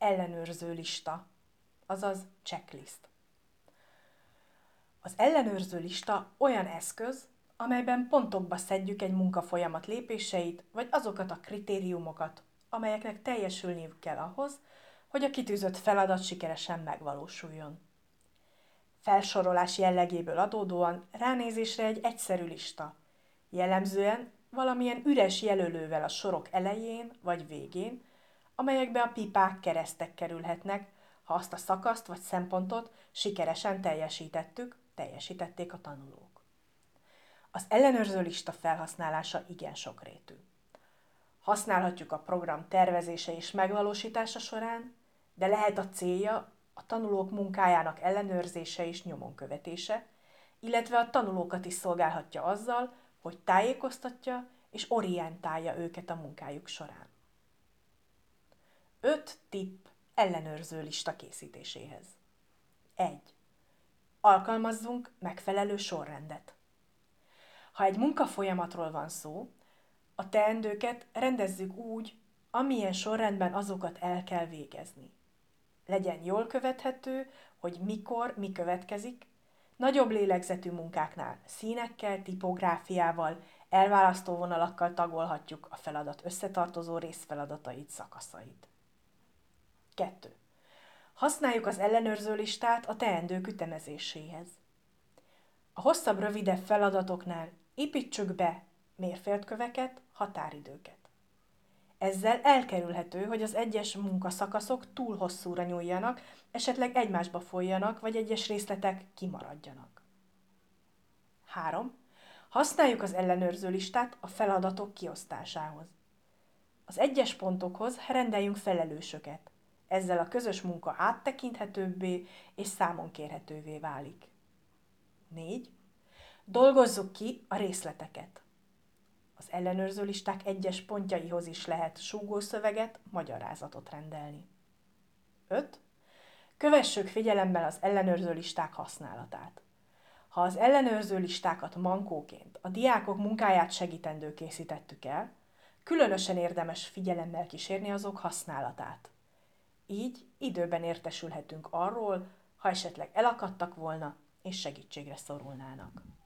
ellenőrző lista, azaz checklist. Az ellenőrző lista olyan eszköz, amelyben pontokba szedjük egy munkafolyamat lépéseit, vagy azokat a kritériumokat, amelyeknek teljesülniük kell ahhoz, hogy a kitűzött feladat sikeresen megvalósuljon. Felsorolás jellegéből adódóan ránézésre egy egyszerű lista, jellemzően valamilyen üres jelölővel a sorok elején vagy végén, amelyekbe a pipák, keresztek kerülhetnek, ha azt a szakaszt vagy szempontot sikeresen teljesítették a tanulók. Az ellenőrző lista felhasználása igen sokrétű. Használhatjuk a program tervezése és megvalósítása során, de lehet a célja a tanulók munkájának ellenőrzése és nyomon követése, illetve a tanulókat is szolgálhatja azzal, hogy tájékoztatja és orientálja őket a munkájuk során. 5 tipp ellenőrző lista készítéséhez. 1. Alkalmazzunk megfelelő sorrendet. Ha egy munkafolyamatról van szó, a teendőket rendezzük úgy, amilyen sorrendben azokat el kell végezni. Legyen jól követhető, hogy mikor mi következik, nagyobb lélegzetű munkáknál színekkel, tipográfiával, elválasztó vonalakkal tagolhatjuk a feladat összetartozó részfeladatait, szakaszait. 2. Használjuk az ellenőrző listát a teendők ütemezéséhez. A hosszabb, rövidebb feladatoknál építsük be mérföldköveket, határidőket. Ezzel elkerülhető, hogy az egyes munkaszakaszok túl hosszúra nyúljanak, esetleg egymásba folyjanak, vagy egyes részletek kimaradjanak. 3. Használjuk az ellenőrző listát a feladatok kiosztásához. Az egyes pontokhoz rendeljünk felelősöket. Ezzel a közös munka áttekinthetőbbé és számon kérhetővé válik. 4. Dolgozzuk ki a részleteket. Az ellenőrző listák egyes pontjaihoz is lehet súgószöveget, magyarázatot rendelni. 5. Kövessük figyelemmel az ellenőrző listák használatát. Ha az ellenőrző listákat mankóként a diákok munkáját segítendő készítettük el, különösen érdemes figyelemmel kísérni azok használatát. Így időben értesülhetünk arról, ha esetleg elakadtak volna és segítségre szorulnának.